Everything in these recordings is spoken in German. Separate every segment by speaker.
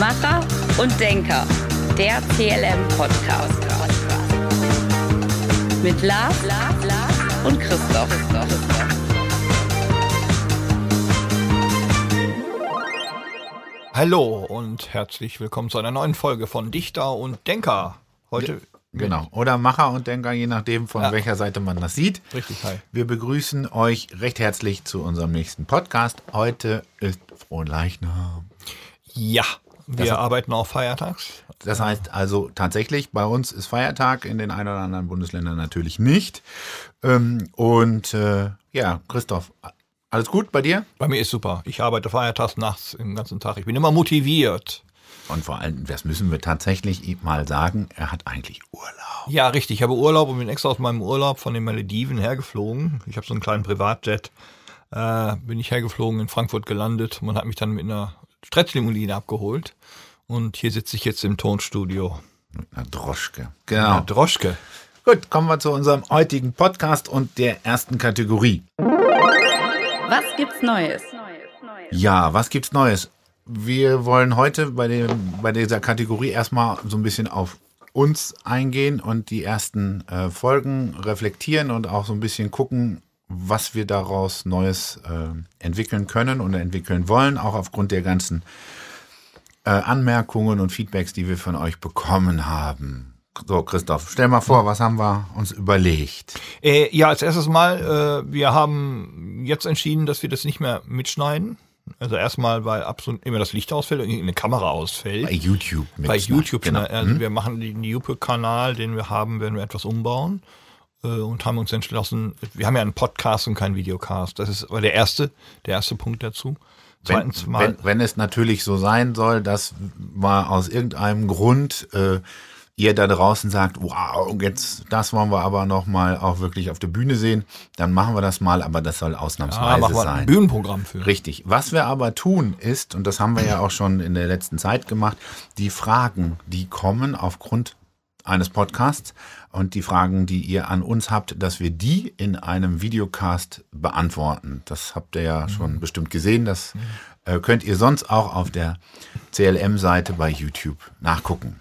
Speaker 1: Macher und Denker, der CLM-Podcast. Mit Lars und Christoph.
Speaker 2: Hallo und herzlich willkommen zu einer neuen Folge von Dichter und Denker. Heute
Speaker 3: Genau, oder Macher und Denker, je nachdem, von welcher Seite man das sieht.
Speaker 2: Richtig, hi.
Speaker 3: Wir begrüßen euch recht herzlich zu unserem nächsten Podcast. Heute ist Fronleichnam.
Speaker 2: Ja, wir arbeiten auch feiertags.
Speaker 3: Das heißt also tatsächlich, bei uns ist Feiertag, in den ein oder anderen Bundesländern natürlich nicht. Christoph, alles gut bei dir?
Speaker 2: Bei mir ist super. Ich arbeite feiertags nachts den ganzen Tag. Ich bin immer motiviert.
Speaker 3: Und vor allem, das müssen wir tatsächlich mal sagen, er hat eigentlich Urlaub.
Speaker 2: Ja, richtig. Ich habe Urlaub und bin extra aus meinem Urlaub von den Malediven hergeflogen. Ich habe so einen kleinen Privatjet. Bin ich hergeflogen, in Frankfurt gelandet. Man hat mich dann mit einer Stretchlimousine abgeholt. Und hier sitze ich jetzt im Tonstudio.
Speaker 3: Mit einer Droschke. Genau.
Speaker 2: Eine Droschke.
Speaker 3: Gut, kommen wir zu unserem heutigen Podcast und der ersten Kategorie.
Speaker 1: Was gibt's Neues?
Speaker 3: Ja, was gibt's Neues? Wir wollen heute bei dieser Kategorie erstmal so ein bisschen auf uns eingehen und die ersten Folgen reflektieren und auch so ein bisschen gucken, was wir daraus Neues entwickeln können und entwickeln wollen, auch aufgrund der ganzen Anmerkungen und Feedbacks, die wir von euch bekommen haben. So, Christoph, stell mal vor, was haben wir uns überlegt?
Speaker 2: Als erstes mal, wir haben jetzt entschieden, dass wir das nicht mehr mitschneiden. Also erstmal, weil absolut immer das Licht ausfällt und eine Kamera ausfällt.
Speaker 3: Bei YouTube.
Speaker 2: Genau. Also wir machen den YouTube-Kanal, den wir haben, werden wir etwas umbauen und haben uns entschlossen, wir haben ja einen Podcast und keinen Videocast. Das ist aber der erste Punkt dazu. Zweitens mal.
Speaker 3: Wenn es natürlich so sein soll, dass mal aus irgendeinem Grund ihr da draußen sagt, wow, jetzt das wollen wir aber noch mal auch wirklich auf der Bühne sehen, dann machen wir das mal, aber das soll ausnahmsweise
Speaker 2: machen wir
Speaker 3: sein.
Speaker 2: Ein Bühnenprogramm für.
Speaker 3: Richtig. Was wir aber tun ist, und das haben wir ja auch schon in der letzten Zeit gemacht, die Fragen, die kommen aufgrund eines Podcasts und die Fragen, die ihr an uns habt, dass wir die in einem Videocast beantworten. Das habt ihr ja schon bestimmt gesehen. Das könnt ihr sonst auch auf der CLM-Seite bei YouTube nachgucken.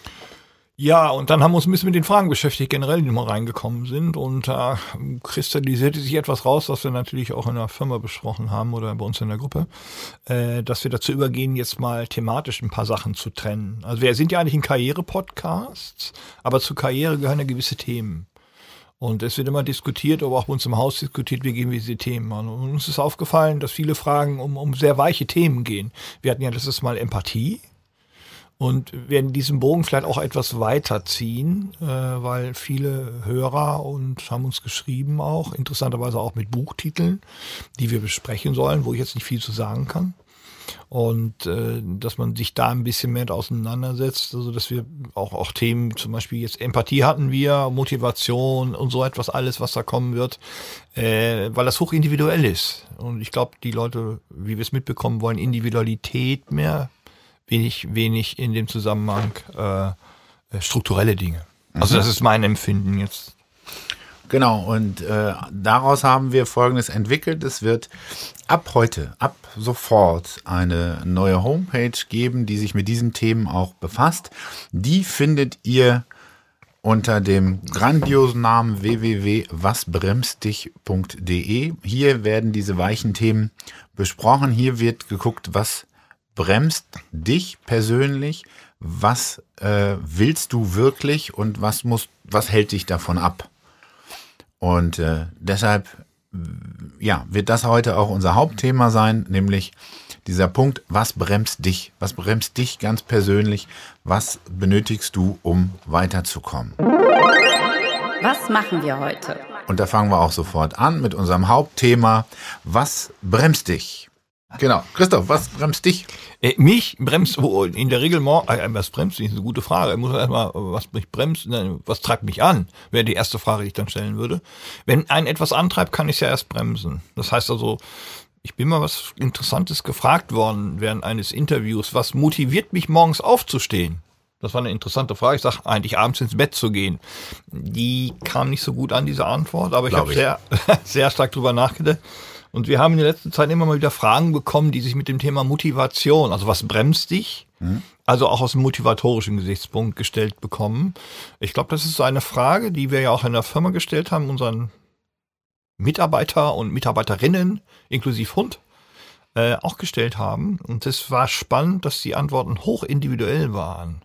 Speaker 2: Ja, und dann haben wir uns ein bisschen mit den Fragen beschäftigt, generell, die mal reingekommen sind. Und da kristallisierte sich etwas raus, was wir natürlich auch in der Firma besprochen haben oder bei uns in der Gruppe, dass wir dazu übergehen, jetzt mal thematisch ein paar Sachen zu trennen. Also wir sind ja eigentlich ein Karriere-Podcast, aber zur Karriere gehören ja gewisse Themen. Und es wird immer diskutiert, aber auch bei uns im Haus diskutiert, wie gehen wir diese Themen an. Und uns ist aufgefallen, dass viele Fragen um sehr weiche Themen gehen. Wir hatten ja letztes Mal Empathie. Und werden diesen Bogen vielleicht auch etwas weiterziehen, weil viele Hörer und haben uns geschrieben auch, interessanterweise auch mit Buchtiteln, die wir besprechen sollen, wo ich jetzt nicht viel zu sagen kann. Und dass man sich da ein bisschen mehr auseinandersetzt, also dass wir auch Themen, zum Beispiel jetzt Empathie hatten wir, Motivation und so etwas, alles, was da kommen wird, weil das hochindividuell ist. Und ich glaube, die Leute, wie wir es mitbekommen, wollen Individualität mehr, wenig in dem Zusammenhang strukturelle Dinge. Also das ist mein Empfinden jetzt.
Speaker 3: Genau, und daraus haben wir Folgendes entwickelt. Es wird ab sofort eine neue Homepage geben, die sich mit diesen Themen auch befasst. Die findet ihr unter dem grandiosen Namen www.wasbremstdich.de. Hier werden diese weichen Themen besprochen. Hier wird geguckt, was bremst dich persönlich, was willst du wirklich und was hält dich davon ab? Und deshalb wird das heute auch unser Hauptthema sein, nämlich dieser Punkt, was bremst dich? Was bremst dich ganz persönlich? Was benötigst du, um weiterzukommen?
Speaker 1: Was machen wir heute?
Speaker 3: Und da fangen wir auch sofort an mit unserem Hauptthema, was bremst dich? Genau. Christoph, was bremst dich?
Speaker 2: Mich bremst in der Regel was bremst mich? Das ist eine gute Frage. Ich muss erstmal, was mich bremst, was treibt mich an? Wäre die erste Frage, die ich dann stellen würde. Wenn einen etwas antreibt, kann ich es ja erst bremsen. Das heißt also, ich bin mal was Interessantes gefragt worden während eines Interviews. Was motiviert mich, morgens aufzustehen? Das war eine interessante Frage. Ich sage eigentlich, abends ins Bett zu gehen. Die kam nicht so gut an, diese Antwort, aber ich habe sehr, sehr stark drüber nachgedacht. Und wir haben in der letzten Zeit immer mal wieder Fragen bekommen, die sich mit dem Thema Motivation, also was bremst dich, also auch aus dem motivatorischen Gesichtspunkt gestellt bekommen. Ich glaube, das ist so eine Frage, die wir ja auch in der Firma gestellt haben, unseren Mitarbeiter und Mitarbeiterinnen, inklusive Hund, auch gestellt haben. Und es war spannend, dass die Antworten hoch individuell waren.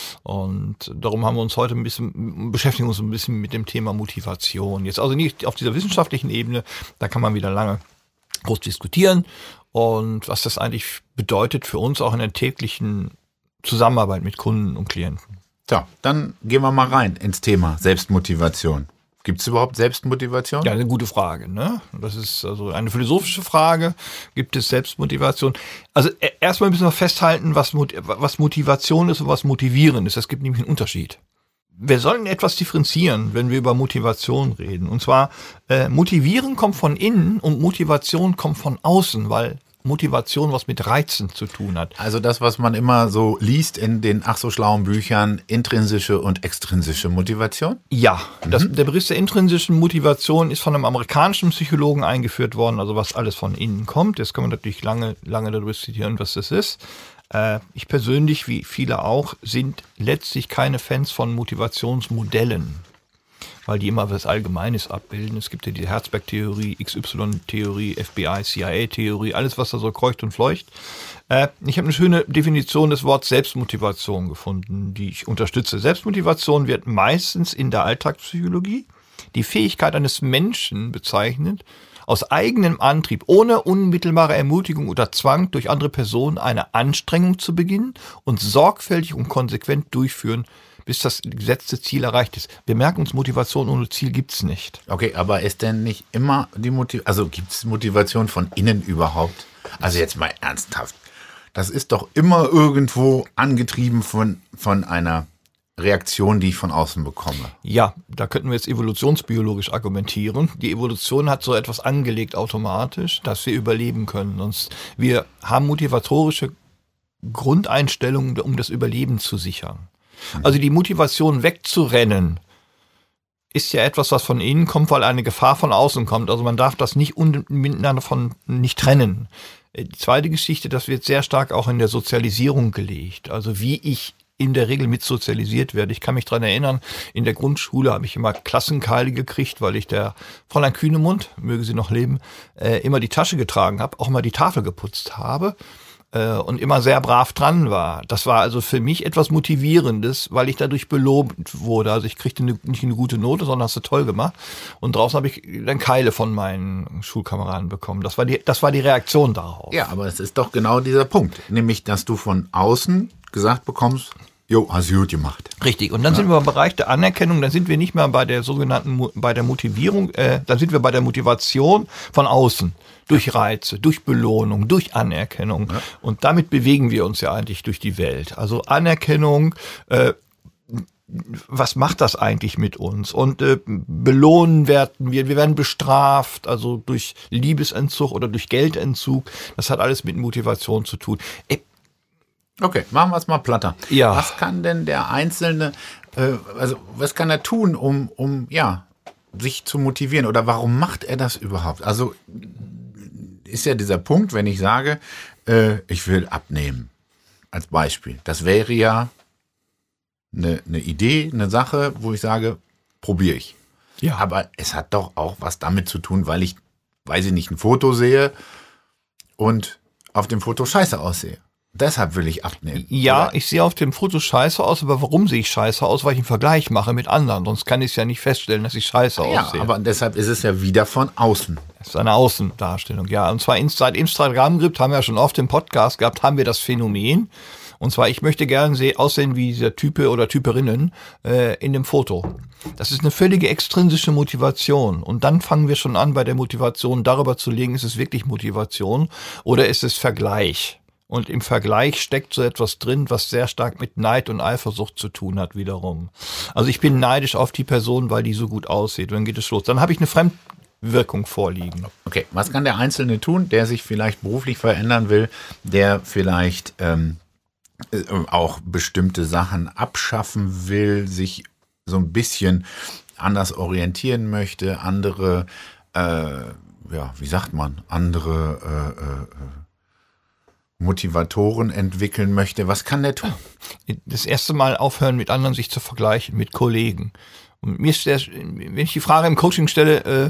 Speaker 2: Und darum haben wir uns heute beschäftigen uns ein bisschen mit dem Thema Motivation. Jetzt also nicht auf dieser wissenschaftlichen Ebene, da kann man wieder lange groß diskutieren. Und was das eigentlich bedeutet für uns auch in der täglichen Zusammenarbeit mit Kunden und Klienten.
Speaker 3: So, dann gehen wir mal rein ins Thema Selbstmotivation. Gibt es überhaupt Selbstmotivation?
Speaker 2: Ja, eine gute Frage, ne? Das ist also eine philosophische Frage. Gibt es Selbstmotivation? Also erstmal müssen wir festhalten, was Motivation ist und was motivierend ist. Es gibt nämlich einen Unterschied. Wir sollen etwas differenzieren, wenn wir über Motivation reden. Und zwar, motivieren kommt von innen und Motivation kommt von außen, weil Motivation was mit Reizen zu tun hat.
Speaker 3: Also das, was man immer so liest in den ach so schlauen Büchern, intrinsische und extrinsische Motivation?
Speaker 2: Ja, der Begriff der intrinsischen Motivation ist von einem amerikanischen Psychologen eingeführt worden, also was alles von innen kommt. Jetzt kann man natürlich lange darüber diskutieren, was das ist. Ich persönlich, wie viele auch, sind letztlich keine Fans von Motivationsmodellen, weil die immer was Allgemeines abbilden. Es gibt ja die Herzberg-Theorie, XY-Theorie, FBI, CIA-Theorie, alles, was da so kreucht und fleucht. Ich habe eine schöne Definition des Wortes Selbstmotivation gefunden, die ich unterstütze. Selbstmotivation wird meistens in der Alltagspsychologie die Fähigkeit eines Menschen bezeichnet, aus eigenem Antrieb, ohne unmittelbare Ermutigung oder Zwang durch andere Personen eine Anstrengung zu beginnen und sorgfältig und konsequent durchführen, bis das gesetzte Ziel erreicht ist. Wir merken uns, Motivation ohne Ziel gibt's nicht.
Speaker 3: Okay, aber ist denn nicht immer die Motivation, also gibt es Motivation von innen überhaupt? Also jetzt mal ernsthaft. Das ist doch immer irgendwo angetrieben von einer Reaktion, die ich von außen bekomme.
Speaker 2: Ja, da könnten wir jetzt evolutionsbiologisch argumentieren. Die Evolution hat so etwas angelegt automatisch, dass wir überleben können. Und wir haben motivatorische Grundeinstellungen, um das Überleben zu sichern. Also die Motivation wegzurennen ist ja etwas, was von innen kommt, weil eine Gefahr von außen kommt. Also man darf das nicht miteinander nicht trennen. Die zweite Geschichte, das wird sehr stark auch in der Sozialisierung gelegt. Also wie ich in der Regel mit sozialisiert werde. Ich kann mich daran erinnern, in der Grundschule habe ich immer Klassenkeile gekriegt, weil ich der Fräulein Kühnemund, möge sie noch leben, immer die Tasche getragen habe, auch immer die Tafel geputzt habe. Und immer sehr brav dran war. Das war also für mich etwas Motivierendes, weil ich dadurch belohnt wurde. Also ich kriegte nicht eine gute Note, sondern hast du toll gemacht. Und draußen habe ich dann Keile von meinen Schulkameraden bekommen. Das war die Reaktion darauf.
Speaker 3: Ja, aber es ist doch genau dieser Punkt. Nämlich, dass du von außen gesagt bekommst, jo, hast du gut gemacht.
Speaker 2: Richtig. Und dann sind wir im Bereich der Anerkennung, dann sind wir nicht mehr bei der bei der Motivierung, dann sind wir bei der Motivation von außen. Durch Reize, durch Belohnung, durch Anerkennung. Ja. Und damit bewegen wir uns ja eigentlich durch die Welt. Also Anerkennung, was macht das eigentlich mit uns? Und belohnen werden wir werden bestraft, also durch Liebesentzug oder durch Geldentzug. Das hat alles mit Motivation zu tun.
Speaker 3: Okay, machen wir es mal platter.
Speaker 2: Ja.
Speaker 3: Was kann denn der Einzelne, was kann er tun, um sich zu motivieren? Oder warum macht er das überhaupt? Also ist ja dieser Punkt, wenn ich sage, ich will abnehmen, als Beispiel. Das wäre ja eine Idee, eine Sache, wo ich sage, probiere ich. Ja. Aber es hat doch auch was damit zu tun, weil ich, weiß ich nicht, ein Foto sehe und auf dem Foto scheiße aussehe. Deshalb will ich abnehmen.
Speaker 2: Ja, ich sehe auf dem Foto scheiße aus, aber warum sehe ich scheiße aus? Weil ich einen Vergleich mache mit anderen. Sonst kann ich es ja nicht feststellen, dass ich scheiße aussehe.
Speaker 3: Ja, aber deshalb ist es ja wieder von außen.
Speaker 2: Das ist eine Außendarstellung, ja. Und zwar seit Instagram gibt, haben wir ja schon oft im Podcast gehabt, haben wir das Phänomen. Und zwar, ich möchte gerne aussehen wie dieser Type oder Typerinnen in dem Foto. Das ist eine völlige extrinsische Motivation. Und dann fangen wir schon an, bei der Motivation darüber zu legen, ist es wirklich Motivation oder ist es Vergleich? Und im Vergleich steckt so etwas drin, was sehr stark mit Neid und Eifersucht zu tun hat wiederum. Also ich bin neidisch auf die Person, weil die so gut aussieht. Und dann geht es los. Dann habe ich eine Fremdwirkung vorliegen.
Speaker 3: Okay, was kann der Einzelne tun, der sich vielleicht beruflich verändern will, der vielleicht auch bestimmte Sachen abschaffen will, sich so ein bisschen anders orientieren möchte, andere wie sagt man, andere Motivatoren entwickeln möchte, was kann der tun?
Speaker 2: Das erste Mal aufhören, mit anderen sich zu vergleichen, mit Kollegen. Und mir ist wenn ich die Frage im Coaching stelle,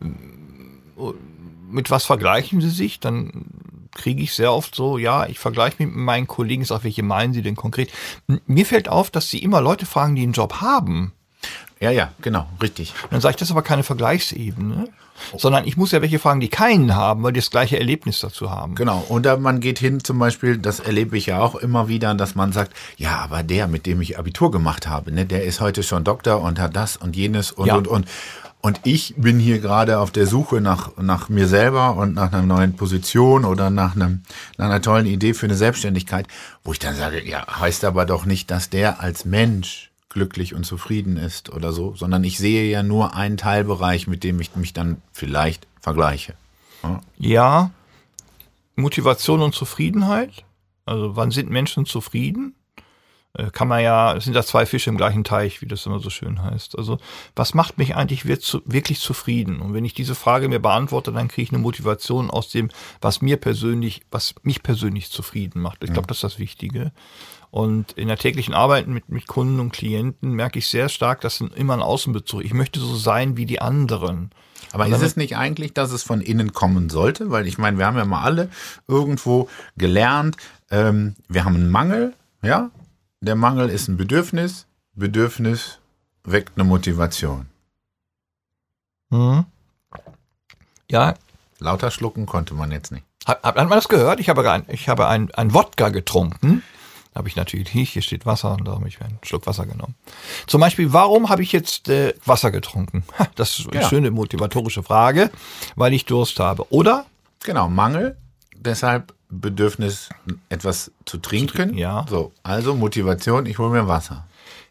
Speaker 2: mit was vergleichen Sie sich, dann kriege ich sehr oft so, ja, ich vergleiche mich mit meinen Kollegen. Ich sage, welche meinen Sie denn konkret? Mir fällt auf, dass Sie immer Leute fragen, die einen Job haben.
Speaker 3: Ja, genau, richtig.
Speaker 2: Dann sage ich, das ist aber keine Vergleichsebene, sondern ich muss ja welche fragen, die keinen haben, weil die das gleiche Erlebnis dazu haben.
Speaker 3: Genau, oder man geht hin zum Beispiel, das erlebe ich ja auch immer wieder, dass man sagt, ja, aber der, mit dem ich Abitur gemacht habe, ne, der ist heute schon Doktor und hat das und jenes und. Und ich bin hier gerade auf der Suche nach mir selber und nach einer neuen Position oder nach einer tollen Idee für eine Selbstständigkeit, wo ich dann sage, ja, heißt aber doch nicht, dass der als Mensch glücklich und zufrieden ist oder so, sondern ich sehe ja nur einen Teilbereich, mit dem ich mich dann vielleicht vergleiche.
Speaker 2: Ja, Motivation und Zufriedenheit. Also wann sind Menschen zufrieden? Kann man ja, es sind da zwei Fische im gleichen Teich, wie das immer so schön heißt. Also was macht mich eigentlich wirklich zufrieden? Und wenn ich diese Frage mir beantworte, dann kriege ich eine Motivation aus dem, was mich persönlich zufrieden macht. Ich glaube, das ist das Wichtige. Und in der täglichen Arbeit mit Kunden und Klienten merke ich sehr stark, dass immer ein Außenbezug. Ich möchte so sein wie die anderen.
Speaker 3: Aber ist es nicht eigentlich, dass es von innen kommen sollte? Weil ich meine, wir haben ja mal alle irgendwo gelernt, wir haben einen Mangel, ja? Der Mangel ist ein Bedürfnis. Bedürfnis weckt eine Motivation.
Speaker 2: Ja.
Speaker 3: Lauter schlucken konnte man jetzt nicht.
Speaker 2: Hat man das gehört? Ich habe ein Wodka getrunken. Da habe ich natürlich nicht, hier steht Wasser, und da habe ich einen Schluck Wasser genommen. Zum Beispiel, warum habe ich jetzt Wasser getrunken? Das ist eine schöne motivatorische Frage, weil ich Durst habe. Oder?
Speaker 3: Genau, Mangel, deshalb Bedürfnis, etwas zu trinken.
Speaker 2: Ja.
Speaker 3: So, also Motivation, ich hole mir Wasser.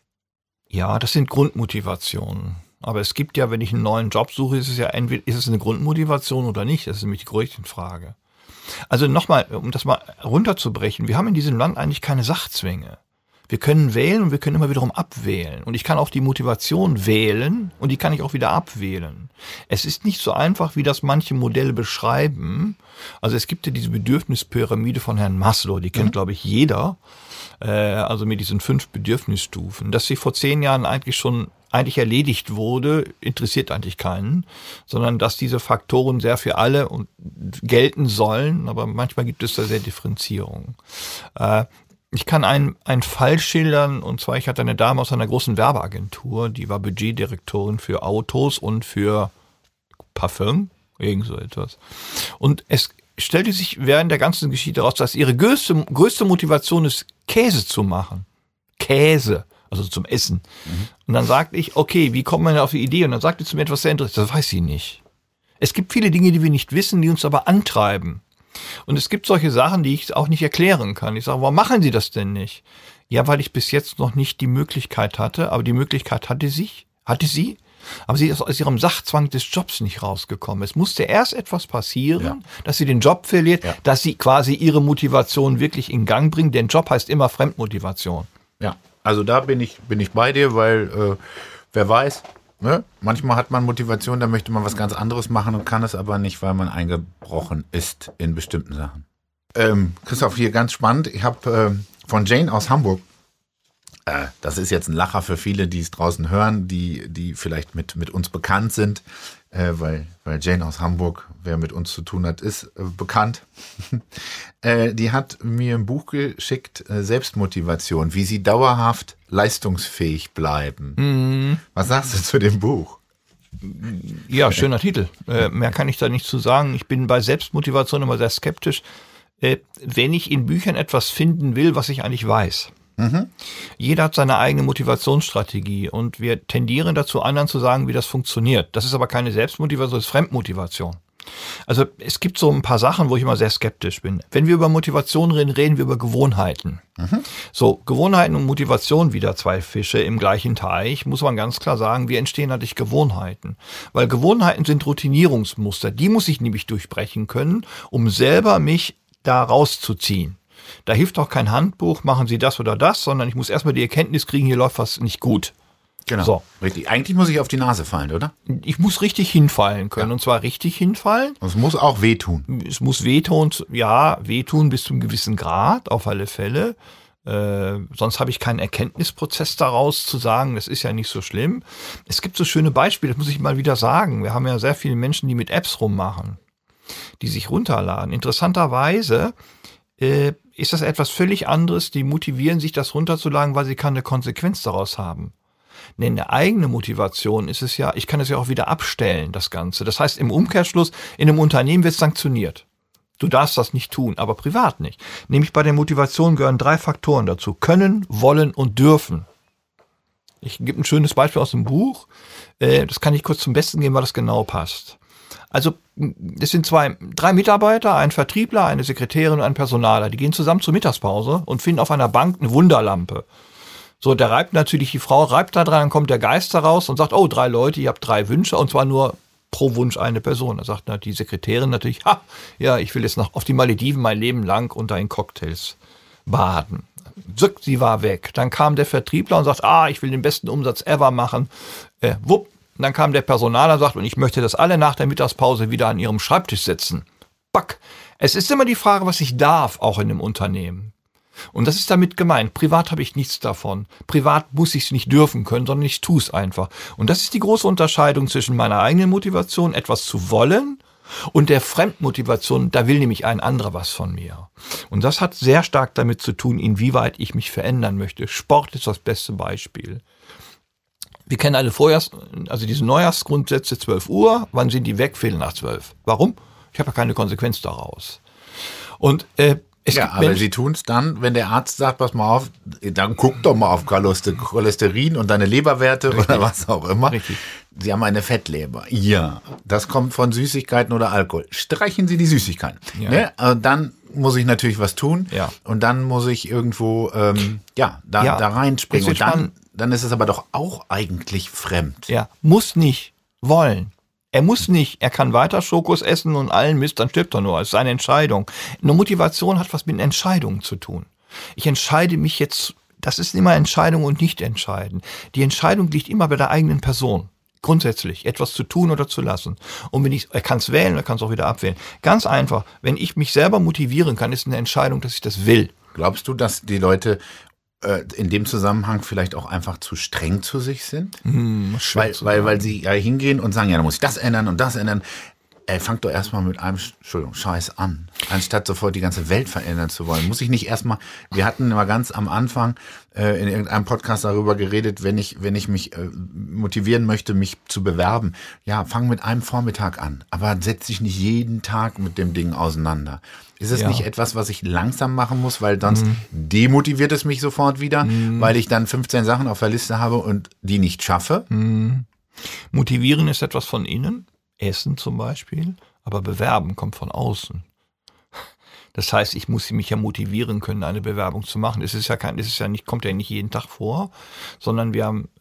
Speaker 2: Ja, das sind Grundmotivationen. Aber es gibt ja, wenn ich einen neuen Job suche, ist es ja entweder, ist es eine Grundmotivation oder nicht? Das ist nämlich die Gretchenfrage. Also nochmal, um das mal runterzubrechen, wir haben in diesem Land eigentlich keine Sachzwänge. Wir können wählen und wir können immer wiederum abwählen. Und ich kann auch die Motivation wählen und die kann ich auch wieder abwählen. Es ist nicht so einfach, wie das manche Modelle beschreiben. Also es gibt ja diese Bedürfnispyramide von Herrn Maslow, die kennt, glaube ich, jeder. Also mit diesen 5 Bedürfnisstufen. Dass sie vor 10 Jahren eigentlich erledigt wurde, interessiert eigentlich keinen, sondern dass diese Faktoren sehr für alle gelten sollen, aber manchmal gibt es da sehr Differenzierungen. Ich kann einen Fall schildern, und zwar, ich hatte eine Dame aus einer großen Werbeagentur, die war Budgetdirektorin für Autos und für Parfüm, irgend so etwas. Und es stellte sich während der ganzen Geschichte heraus, dass ihre größte Motivation ist, Käse zu machen. Käse, also zum Essen. Und dann sagte ich, okay, wie kommt man auf die Idee? Und dann sagte sie mir etwas sehr Interessantes, das weiß sie nicht. Es gibt viele Dinge, die wir nicht wissen, die uns aber antreiben. Und es gibt solche Sachen, die ich auch nicht erklären kann. Ich sage, warum machen Sie das denn nicht? Ja, weil ich bis jetzt noch nicht die Möglichkeit hatte, aber die Möglichkeit hatte sie, aber sie ist aus ihrem Sachzwang des Jobs nicht rausgekommen. Es musste erst etwas passieren, dass sie den Job verliert, dass sie quasi ihre Motivation wirklich in Gang bringt. Denn Job heißt immer Fremdmotivation.
Speaker 3: Ja, also da bin ich bei dir, weil wer weiß, ne? Manchmal hat man Motivation, da möchte man was ganz anderes machen und kann es aber nicht, weil man eingebrochen ist in bestimmten Sachen. Christoph, hier ganz spannend. Ich habe von Jane aus Hamburg, das ist jetzt ein Lacher für viele, die es draußen hören, die vielleicht mit uns bekannt sind, weil Jane aus Hamburg, wer mit uns zu tun hat, ist bekannt. Die hat mir ein Buch geschickt, Selbstmotivation, wie sie dauerhaft leistungsfähig bleiben. Was sagst du zu dem Buch?
Speaker 2: Ja, schöner Titel. Mehr kann ich da nicht zu sagen. Ich bin bei Selbstmotivation immer sehr skeptisch, wenn ich in Büchern etwas finden will, was ich eigentlich weiß. Jeder hat seine eigene Motivationsstrategie und wir tendieren dazu, anderen zu sagen, wie das funktioniert. Das ist aber keine Selbstmotivation, das ist Fremdmotivation. Also es gibt so ein paar Sachen, wo ich immer sehr skeptisch bin. Wenn wir über Motivation reden, reden wir über Gewohnheiten. So, Gewohnheiten und Motivation, wieder 2 Fische im gleichen Teich, muss man ganz klar sagen, wie entstehen eigentlich Gewohnheiten? Weil Gewohnheiten sind Routinierungsmuster, die muss ich nämlich durchbrechen können, um selber mich da rauszuziehen. Da hilft auch kein Handbuch, machen Sie das oder das, sondern ich muss erstmal die Erkenntnis kriegen, hier läuft was nicht gut.
Speaker 3: Genau,
Speaker 2: So.
Speaker 3: richtig. Eigentlich muss ich auf die Nase fallen, oder?
Speaker 2: Ich muss richtig hinfallen können. Und zwar richtig hinfallen.
Speaker 3: Und es muss auch wehtun.
Speaker 2: Es muss wehtun, ja, wehtun bis zu einem gewissen Grad, auf alle Fälle. Sonst habe ich keinen Erkenntnisprozess daraus zu sagen, das ist ja nicht so schlimm. Es gibt so schöne Beispiele, das muss ich mal wieder sagen. Wir haben ja sehr viele Menschen, die mit Apps rummachen, die sich runterladen. Interessanterweise ist das etwas völlig anderes. Die motivieren sich, das runterzuladen, weil sie keine Konsequenz daraus haben. Denn eine eigene Motivation ist es ja, ich kann es ja auch wieder abstellen, das Ganze. Das heißt, im Umkehrschluss, in einem Unternehmen wird es sanktioniert. Du darfst das nicht tun, aber privat nicht. Nämlich bei der Motivation gehören 3 Faktoren dazu. Können, wollen und dürfen. Ich gebe ein schönes Beispiel aus dem Buch. Das kann ich kurz zum Besten geben, weil das genau passt. Also, es sind 3 Mitarbeiter, ein Vertriebler, eine Sekretärin und ein Personaler. Die gehen zusammen zur Mittagspause und finden auf einer Bank eine Wunderlampe. So, der reibt natürlich, die Frau reibt da dran, dann kommt der Geist heraus und sagt, 3 Leute, ihr habt 3 Wünsche und zwar nur pro Wunsch eine Person. Da sagt die Sekretärin natürlich, ich will jetzt noch auf die Malediven mein Leben lang unter in Cocktails baden. Sie war weg. Dann kam der Vertriebler und sagt, ich will den besten Umsatz ever machen. Und dann kam der Personaler und sagt, und ich möchte, dass alle nach der Mittagspause wieder an ihrem Schreibtisch sitzen. Back. Es ist immer die Frage, was ich darf, auch in einem Unternehmen. Und das ist damit gemeint. Privat habe ich nichts davon. Privat muss ich es nicht dürfen können, sondern ich tue es einfach. Und das ist die große Unterscheidung zwischen meiner eigenen Motivation, etwas zu wollen, und der Fremdmotivation, da will nämlich ein anderer was von mir. Und das hat sehr stark damit zu tun, inwieweit ich mich verändern möchte. Sport ist das beste Beispiel. Wir kennen alle diese Neujahrsgrundsätze, 12 Uhr. Wann sind die weg? Viertel nach 12. Warum? Ich habe ja keine Konsequenz daraus. Und
Speaker 3: aber sie tun es dann, wenn der Arzt sagt, pass mal auf, dann guck doch mal auf Cholesterin und deine Leberwerte oder was auch immer.
Speaker 2: Richtig.
Speaker 3: Sie haben eine Fettleber. Ja, das kommt von Süßigkeiten oder Alkohol. Streichen Sie die Süßigkeiten. Ja. Ne? Dann muss ich natürlich was tun und dann muss ich irgendwo da reinspringen. Und dann ist es aber doch auch eigentlich fremd.
Speaker 2: Ja, muss nicht wollen. Er muss nicht, er kann weiter Schokos essen und allen Mist, dann stirbt er nur. Es ist eine Entscheidung. Eine Motivation hat was mit Entscheidungen zu tun. Ich entscheide mich jetzt, das ist immer Entscheidung und nicht entscheiden. Die Entscheidung liegt immer bei der eigenen Person. Grundsätzlich, etwas zu tun oder zu lassen. Und er kann es wählen, er kann es auch wieder abwählen. Ganz einfach, wenn ich mich selber motivieren kann, ist eine Entscheidung, dass ich das will.
Speaker 3: Glaubst du, dass die Leute in dem Zusammenhang vielleicht auch einfach zu streng zu sich sind? Weil sie ja hingehen und sagen, dann muss ich das ändern und das ändern. Fangt doch erstmal mit einem Scheiß an, anstatt sofort die ganze Welt verändern zu wollen. Muss ich nicht erstmal, wir hatten mal ganz am Anfang in irgendeinem Podcast darüber geredet, wenn ich mich motivieren möchte, mich zu bewerben. Ja, fang mit einem Vormittag an, aber setz dich nicht jeden Tag mit dem Ding auseinander. Ist es nicht etwas, was ich langsam machen muss, weil sonst demotiviert es mich sofort wieder, weil ich dann 15 Sachen auf der Liste habe und die nicht schaffe?
Speaker 2: Motivieren ist etwas von innen. Essen zum Beispiel, aber bewerben kommt von außen. Das heißt, ich muss mich ja motivieren können, eine Bewerbung zu machen. Kommt ja nicht jeden Tag vor, sondern wir haben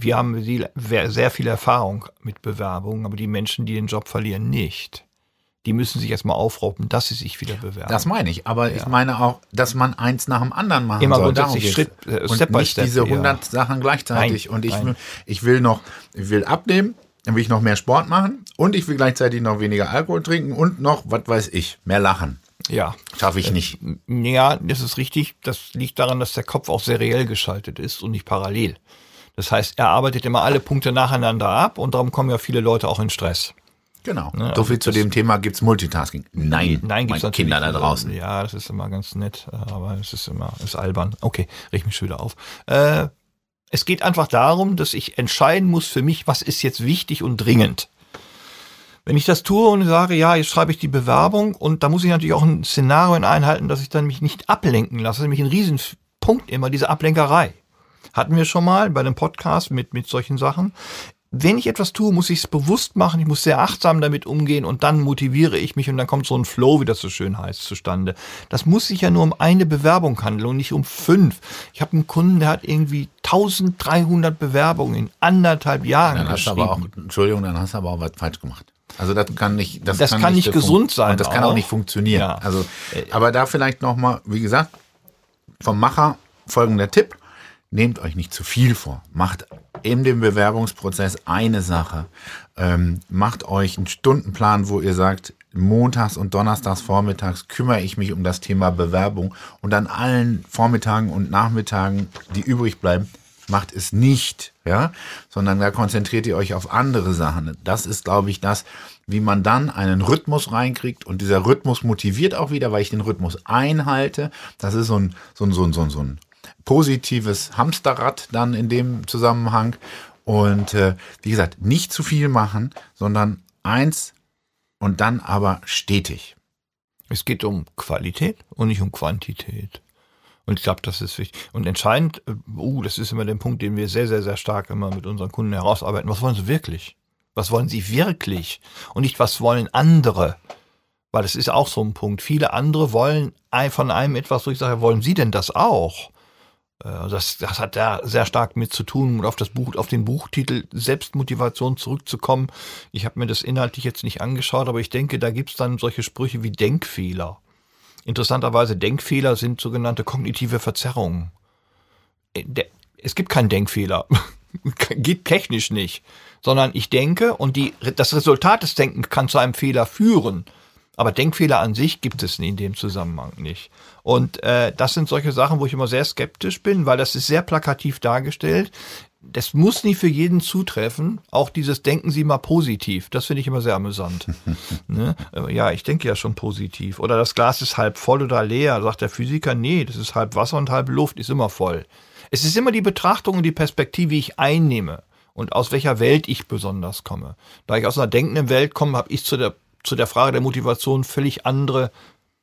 Speaker 2: sehr viel Erfahrung mit Bewerbungen, aber die Menschen, die den Job verlieren, nicht. Die müssen sich erstmal aufraufen, dass sie sich wieder bewerben.
Speaker 3: Das meine ich, aber ich meine auch, dass man eins nach dem anderen machen
Speaker 2: immer
Speaker 3: soll.
Speaker 2: Grundsätzlich
Speaker 3: Step by Step. Diese 100 Sachen gleichzeitig.
Speaker 2: Nein.
Speaker 3: Ich will abnehmen. Dann will ich noch mehr Sport machen und ich will gleichzeitig noch weniger Alkohol trinken und noch, was weiß ich, mehr lachen.
Speaker 2: Ja.
Speaker 3: Schaffe ich nicht.
Speaker 2: Ja, das ist richtig. Das liegt daran, dass der Kopf auch seriell geschaltet ist und nicht parallel. Das heißt, er arbeitet immer alle Punkte nacheinander ab und darum kommen ja viele Leute auch in Stress.
Speaker 3: Genau. Ne? So viel zu dem Thema, gibt's Multitasking? Nein,
Speaker 2: gibt's natürlich
Speaker 3: Kinder da draußen.
Speaker 2: Ja, das ist immer ganz nett, aber es ist albern. Okay, riech mich schon wieder auf. Es geht einfach darum, dass ich entscheiden muss für mich, was ist jetzt wichtig und dringend. Wenn ich das tue und sage, jetzt schreibe ich die Bewerbung und da muss ich natürlich auch ein Szenario einhalten, dass ich dann mich nicht ablenken lasse. Das ist nämlich ein Riesenpunkt immer, diese Ablenkerei. Hatten wir schon mal bei dem Podcast mit solchen Sachen. Wenn ich etwas tue, muss ich es bewusst machen, ich muss sehr achtsam damit umgehen und dann motiviere ich mich und dann kommt so ein Flow, wie das so schön heißt, zustande. Das muss sich ja nur um eine Bewerbung handeln und nicht um 5. Ich habe einen Kunden, der hat irgendwie 1300 Bewerbungen in 1,5 Jahren
Speaker 3: dann hast du aber auch was falsch gemacht. Also das kann nicht
Speaker 2: gesund sein.
Speaker 3: Und das kann auch nicht funktionieren.
Speaker 2: Ja.
Speaker 3: Also, aber da vielleicht nochmal, wie gesagt, vom Macher folgender Tipp. nehmt euch nicht zu viel vor. Macht in dem Bewerbungsprozess eine Sache. Macht euch einen Stundenplan, wo ihr sagt, montags und donnerstags vormittags kümmere ich mich um das Thema Bewerbung und an allen Vormittagen und Nachmittagen, die übrig bleiben, macht es nicht, ja, sondern da konzentriert ihr euch auf andere Sachen. Das ist, glaube ich, das, wie man dann einen Rhythmus reinkriegt und dieser Rhythmus motiviert auch wieder, weil ich den Rhythmus einhalte. Das ist so ein positives Hamsterrad dann in dem Zusammenhang und wie gesagt, nicht zu viel machen, sondern eins und dann aber stetig.
Speaker 2: Es geht um Qualität und nicht um Quantität. Und ich glaube, das ist wichtig. Und entscheidend, das ist immer der Punkt, den wir sehr, sehr, sehr stark immer mit unseren Kunden herausarbeiten. Was wollen sie wirklich? Was wollen sie wirklich? Und nicht, was wollen andere? Weil das ist auch so ein Punkt. Viele andere wollen von einem etwas, wo ich sage, wollen sie denn das auch? Das hat da sehr stark mit zu tun, und auf den Buchtitel Selbstmotivation zurückzukommen. Ich habe mir das inhaltlich jetzt nicht angeschaut, aber ich denke, da gibt es dann solche Sprüche wie Denkfehler. Interessanterweise, Denkfehler sind sogenannte kognitive Verzerrungen. Es gibt keinen Denkfehler. Geht technisch nicht. Sondern ich denke und das Resultat des Denkens kann zu einem Fehler führen. Aber Denkfehler an sich gibt es in dem Zusammenhang nicht. Und das sind solche Sachen, wo ich immer sehr skeptisch bin, weil das ist sehr plakativ dargestellt. Das muss nicht für jeden zutreffen. Auch dieses Denken Sie mal positiv, das finde ich immer sehr amüsant. Ne? Ja, ich denke ja schon positiv. Oder das Glas ist halb voll oder leer. Sagt der Physiker, nee, das ist halb Wasser und halb Luft, ist immer voll. Es ist immer die Betrachtung und die Perspektive, die ich einnehme und aus welcher Welt ich besonders komme. Da ich aus einer denkenden Welt komme, habe ich zu der Frage der Motivation völlig andere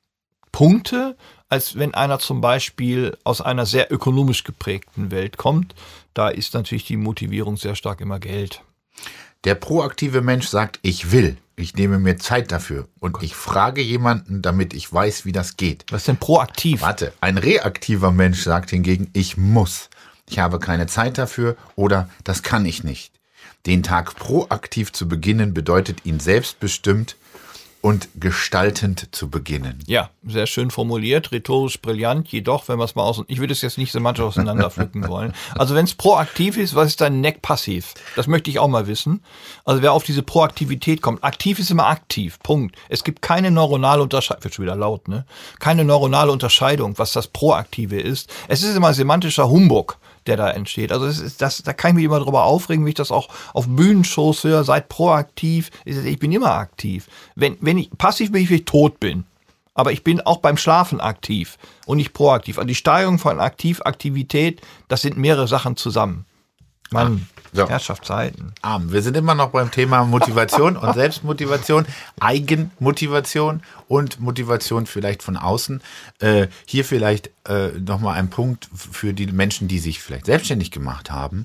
Speaker 2: Punkte, als wenn einer zum Beispiel aus einer sehr ökonomisch geprägten Welt kommt. Da ist natürlich die Motivierung sehr stark immer Geld.
Speaker 3: Der proaktive Mensch sagt, ich will, ich nehme mir Zeit dafür und ich frage jemanden, damit ich weiß, wie das geht.
Speaker 2: Was ist denn proaktiv?
Speaker 3: Warte, ein reaktiver Mensch sagt hingegen, ich muss. Ich habe keine Zeit dafür oder das kann ich nicht. Den Tag proaktiv zu beginnen bedeutet, ihn selbstbestimmt und gestaltend zu beginnen.
Speaker 2: Ja, sehr schön formuliert, rhetorisch brillant, jedoch, wenn wir es mal ich würde es jetzt nicht semantisch auseinanderpflücken wollen. Also wenn es proaktiv ist, was ist dann passiv? Das möchte ich auch mal wissen. Also wer auf diese Proaktivität kommt, aktiv ist immer aktiv, Punkt. Es gibt keine neuronale Unterscheidung, wird schon wieder laut, ne? Keine neuronale Unterscheidung, was das Proaktive ist. Es ist immer semantischer Humbug, der da entsteht. Also da kann ich mich immer drüber aufregen, wie ich das auch auf Bühnenshows höre. Seid proaktiv. Ich bin immer aktiv. Wenn ich passiv bin, wenn ich tot bin. Aber ich bin auch beim Schlafen aktiv und nicht proaktiv. Also die Steigerung von Aktivität, das sind mehrere Sachen zusammen. Herrschaftszeiten.
Speaker 3: Wir sind immer noch beim Thema Motivation und Selbstmotivation, Eigenmotivation und Motivation vielleicht von außen. Hier vielleicht nochmal ein Punkt für die Menschen, die sich vielleicht selbstständig gemacht haben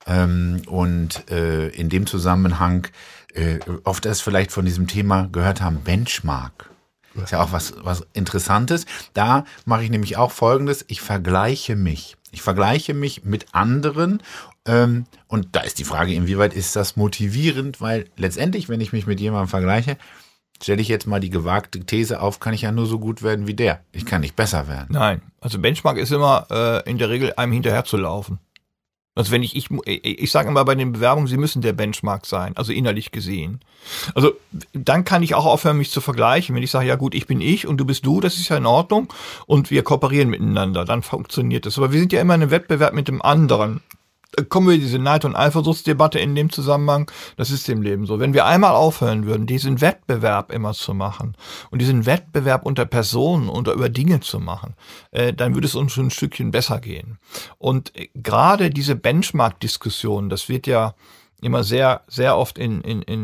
Speaker 3: und in dem Zusammenhang oft erst vielleicht von diesem Thema gehört haben, Benchmark. Ist ja auch was Interessantes. Da mache ich nämlich auch Folgendes, ich vergleiche mich mit anderen. Und da ist die Frage, inwieweit ist das motivierend, weil letztendlich, wenn ich mich mit jemandem vergleiche, stelle ich jetzt mal die gewagte These auf, kann ich ja nur so gut werden wie der. Ich kann nicht besser werden.
Speaker 2: Nein, also Benchmark ist immer in der Regel einem hinterher zu laufen. Also wenn ich sage immer bei den Bewerbungen, sie müssen der Benchmark sein, also innerlich gesehen. Also dann kann ich auch aufhören, mich zu vergleichen. Wenn ich sage, ja gut, ich bin ich und du bist du, das ist ja in Ordnung und wir kooperieren miteinander, dann funktioniert das. Aber wir sind ja immer in einem Wettbewerb mit dem anderen. Da kommen wir in diese Neid- und Eifersuchtsdebatte in dem Zusammenhang, das ist im Leben so. Wenn wir einmal aufhören würden, diesen Wettbewerb immer zu machen und diesen Wettbewerb unter Personen und über Dinge zu machen, dann würde es uns schon ein Stückchen besser gehen. Und gerade diese Benchmark-Diskussion, das wird ja immer sehr, sehr oft in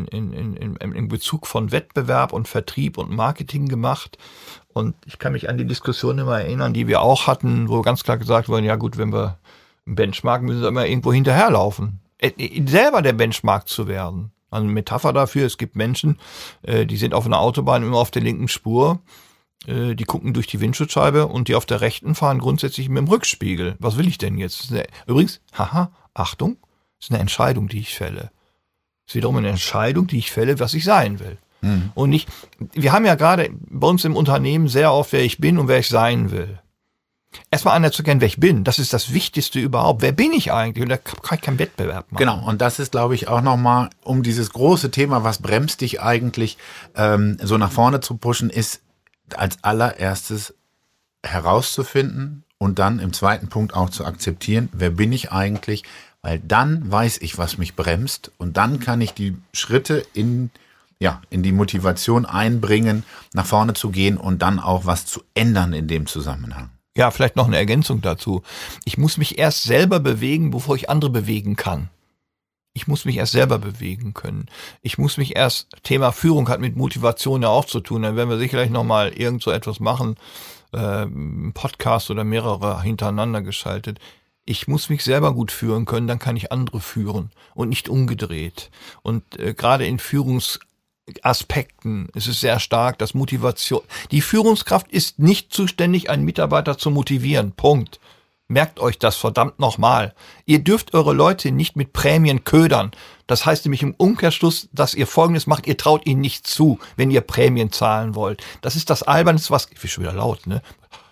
Speaker 2: Bezug von Wettbewerb und Vertrieb und Marketing gemacht. Und ich kann mich an die Diskussion immer erinnern, die wir auch hatten, wo ganz klar gesagt wurde, ja gut, wenn wir Benchmark müssen sie immer irgendwo hinterherlaufen. Selber der Benchmark zu werden. Also eine Metapher dafür, es gibt Menschen, die sind auf einer Autobahn immer auf der linken Spur, die gucken durch die Windschutzscheibe und die auf der rechten fahren grundsätzlich mit dem Rückspiegel. Was will ich denn jetzt? Übrigens, Achtung, das ist eine Entscheidung, die ich fälle. Das ist wiederum eine Entscheidung, die ich fälle, was ich sein will. Und nicht, wir haben ja gerade bei uns im Unternehmen sehr oft, wer ich bin und wer ich sein will. Erstmal anerzuerkennen, wer ich bin. Das ist das Wichtigste überhaupt. Wer bin ich eigentlich? Und da kann ich keinen Wettbewerb machen.
Speaker 3: Genau, und das ist, glaube ich, auch nochmal, um dieses große Thema, was bremst dich eigentlich, so nach vorne zu pushen, ist als allererstes herauszufinden und dann im zweiten Punkt auch zu akzeptieren, wer bin ich eigentlich? Weil dann weiß ich, was mich bremst, und dann kann ich die Schritte in die Motivation einbringen, nach vorne zu gehen und dann auch was zu ändern in dem Zusammenhang.
Speaker 2: Ja, vielleicht noch eine Ergänzung dazu. Ich muss mich erst selber bewegen, bevor ich andere bewegen kann. Ich muss mich erst selber bewegen können. Ich muss mich erst, Thema Führung hat mit Motivation ja auch zu tun. Dann werden wir sicherlich nochmal irgend so etwas machen, einen Podcast oder mehrere hintereinander geschaltet. Ich muss mich selber gut führen können, dann kann ich andere führen und nicht umgedreht. Und gerade in Führungsaspekten ist es sehr stark, dass Motivation, die Führungskraft ist nicht zuständig, einen Mitarbeiter zu motivieren. Punkt. Merkt euch das verdammt nochmal. Ihr dürft eure Leute nicht mit Prämien ködern. Das heißt nämlich im Umkehrschluss, dass ihr Folgendes macht: Ihr traut ihnen nicht zu, wenn ihr Prämien zahlen wollt. Das ist das Albernste, was, ich bin schon wieder laut, ne?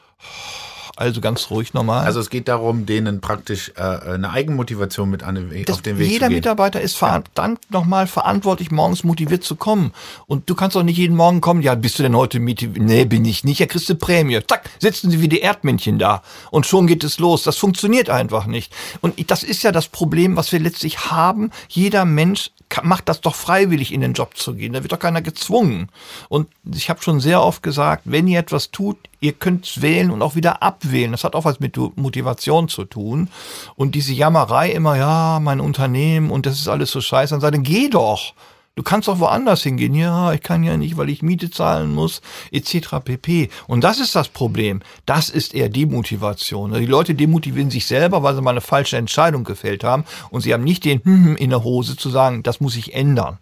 Speaker 2: Also ganz ruhig nochmal.
Speaker 3: Also es geht darum, denen praktisch eine Eigenmotivation mit auf den Weg zu gehen.
Speaker 2: Jeder Mitarbeiter ist verdammt nochmal verantwortlich, morgens motiviert zu kommen. Und du kannst doch nicht jeden Morgen kommen, ja, bist du denn heute motiviert? Nee, bin ich nicht, ja, kriegst du Prämie. Zack, sitzen sie wie die Erdmännchen da. Und schon geht es los. Das funktioniert einfach nicht. Und das ist ja das Problem, was wir letztlich haben. Jeder Mensch macht das doch freiwillig, in den Job zu gehen. Da wird doch keiner gezwungen. Und ich habe schon sehr oft gesagt, wenn ihr etwas tut, ihr könnt wählen und auch wieder abwählen. Das hat auch was mit Motivation zu tun. Und diese Jammerei immer, ja, mein Unternehmen und das ist alles so scheiße, dann geh doch. Du kannst doch woanders hingehen. Ja, ich kann ja nicht, weil ich Miete zahlen muss, etc. pp. Und das ist das Problem. Das ist eher Demotivation. Die Leute demotivieren sich selber, weil sie mal eine falsche Entscheidung gefällt haben. Und sie haben nicht den in der Hose zu sagen, das muss ich ändern.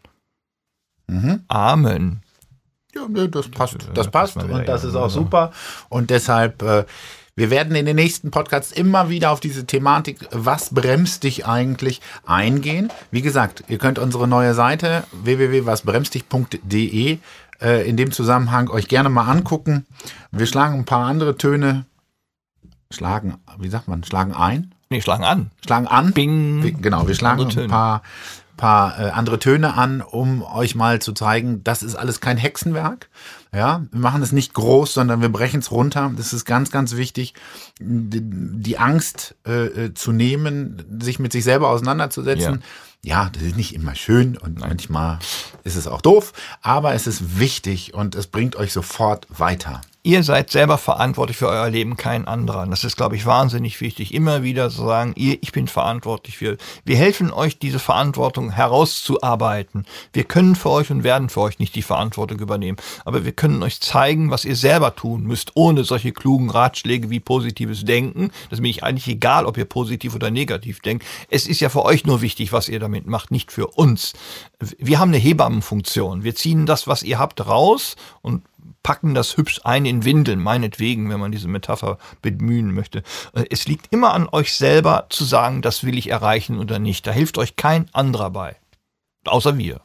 Speaker 2: Amen.
Speaker 3: Ja, das passt. Das passt und das ist auch super. Und deshalb, wir werden in den nächsten Podcasts immer wieder auf diese Thematik, was bremst dich eigentlich, eingehen. Wie gesagt, ihr könnt unsere neue Seite www.wasbremstdich.de in dem Zusammenhang euch gerne mal angucken. Wir schlagen ein paar andere Töne. Schlagen ein?
Speaker 2: Nee, schlagen an.
Speaker 3: Schlagen an.
Speaker 2: Bing.
Speaker 3: Genau, wir schlagen ein paar andere Töne an, um euch mal zu zeigen, das ist alles kein Hexenwerk. Ja, wir machen es nicht groß, sondern wir brechen es runter. Das ist ganz, ganz wichtig, die Angst zu nehmen, sich mit sich selber auseinanderzusetzen. Ja, das ist nicht immer schön und manchmal ist es auch doof, aber es ist wichtig und es bringt euch sofort weiter.
Speaker 2: Ihr seid selber verantwortlich für euer Leben, kein anderer. Das ist, glaube ich, wahnsinnig wichtig, immer wieder zu sagen, ich bin verantwortlich für. Wir helfen euch, diese Verantwortung herauszuarbeiten. Wir können für euch und werden für euch nicht die Verantwortung übernehmen. Aber wir können euch zeigen, was ihr selber tun müsst, ohne solche klugen Ratschläge wie positives Denken. Das ist mir eigentlich egal, ob ihr positiv oder negativ denkt. Es ist ja für euch nur wichtig, was ihr damit macht, nicht für uns. Wir haben eine Hebammenfunktion. Wir ziehen das, was ihr habt, raus und packen das hübsch ein in Windeln, meinetwegen, wenn man diese Metapher bemühen möchte. Es liegt immer an euch selber zu sagen, das will ich erreichen oder nicht. Da hilft euch kein anderer bei. Außer wir.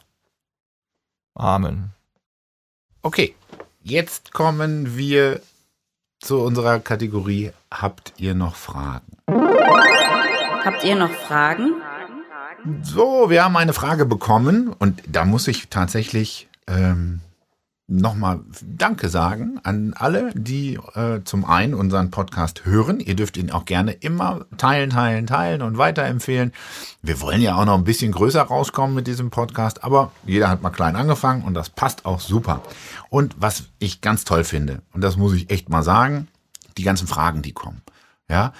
Speaker 2: Amen.
Speaker 3: Okay, jetzt kommen wir zu unserer Kategorie Habt ihr noch Fragen?
Speaker 1: Habt ihr noch Fragen?
Speaker 3: So, wir haben eine Frage bekommen und da muss ich tatsächlich nochmal Danke sagen an alle, die zum einen unseren Podcast hören. Ihr dürft ihn auch gerne immer teilen und weiterempfehlen. Wir wollen ja auch noch ein bisschen größer rauskommen mit diesem Podcast, aber jeder hat mal klein angefangen und das passt auch super. Und was ich ganz toll finde, und das muss ich echt mal sagen, die ganzen Fragen, die kommen. Ja,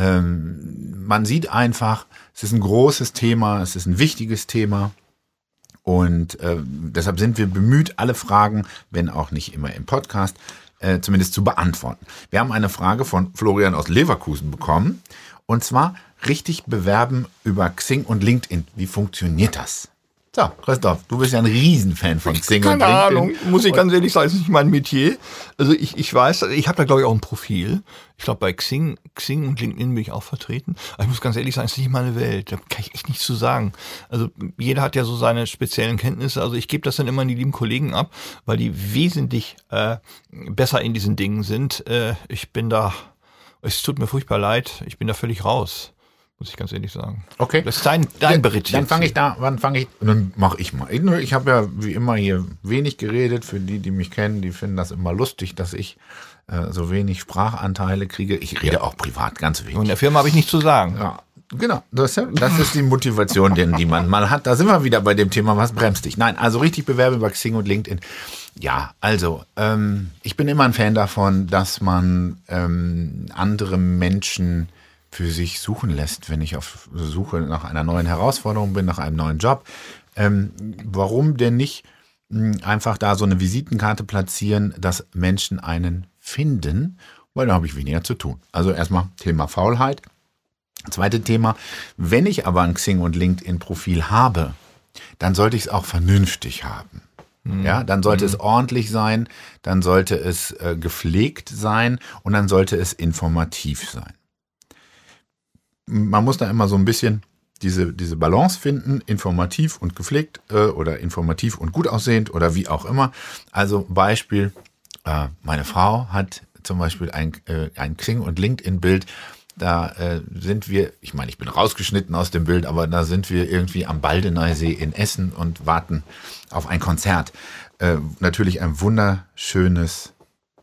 Speaker 3: man sieht einfach, es ist ein großes Thema, es ist ein wichtiges Thema. Und deshalb sind wir bemüht, alle Fragen, wenn auch nicht immer im Podcast, zumindest zu beantworten. Wir haben eine Frage von Florian aus Leverkusen bekommen. Und zwar richtig bewerben über Xing und LinkedIn. Wie funktioniert das? So, Christoph, du bist ja ein Riesenfan von Xing und LinkedIn.
Speaker 2: Keine Ahnung, muss ich ganz ehrlich sagen, das ist nicht mein Metier. Also ich weiß, ich habe da glaube ich auch ein Profil. Ich glaube bei Xing und LinkedIn bin ich auch vertreten. Aber ich muss ganz ehrlich sagen, es ist nicht meine Welt. Da kann ich echt nichts zu sagen. Also jeder hat ja so seine speziellen Kenntnisse. Also ich gebe das dann immer an die lieben Kollegen ab, weil die wesentlich besser in diesen Dingen sind. Ich bin da Es tut mir furchtbar leid, ich bin da völlig raus, muss ich ganz ehrlich sagen.
Speaker 3: Okay.
Speaker 2: Das ist dein Bericht.
Speaker 3: Dann mache ich mal. Ich habe ja wie immer hier wenig geredet. Für die mich kennen, die finden das immer lustig, dass ich so wenig Sprachanteile kriege. Ich rede auch privat ganz wenig.
Speaker 2: Und in der Firma habe ich nichts zu sagen.
Speaker 3: Ja, genau. Das ist die Motivation, die man mal hat. Da sind wir wieder bei dem Thema, was bremst dich? Nein, also richtig bewerben über Xing und LinkedIn. Ja, also ich bin immer ein Fan davon, dass man andere Menschen für sich suchen lässt, wenn ich auf Suche nach einer neuen Herausforderung bin, nach einem neuen Job. Warum denn nicht einfach da so eine Visitenkarte platzieren, dass Menschen einen finden, weil da habe ich weniger zu tun. Also erstmal Thema Faulheit. Zweite Thema, wenn ich aber ein Xing- und LinkedIn-Profil habe, dann sollte ich es auch vernünftig haben. Ja, dann sollte es ordentlich sein, dann sollte es gepflegt sein und dann sollte es informativ sein. Man muss da immer so ein bisschen diese Balance finden, informativ und gepflegt oder informativ und gut aussehend oder wie auch immer. Also Beispiel, meine Frau hat zum Beispiel ein Xing- und LinkedIn-Bild. Da sind wir, ich meine, ich bin rausgeschnitten aus dem Bild, aber da sind wir irgendwie am Baldeneysee in Essen und warten auf ein Konzert. Natürlich ein wunderschönes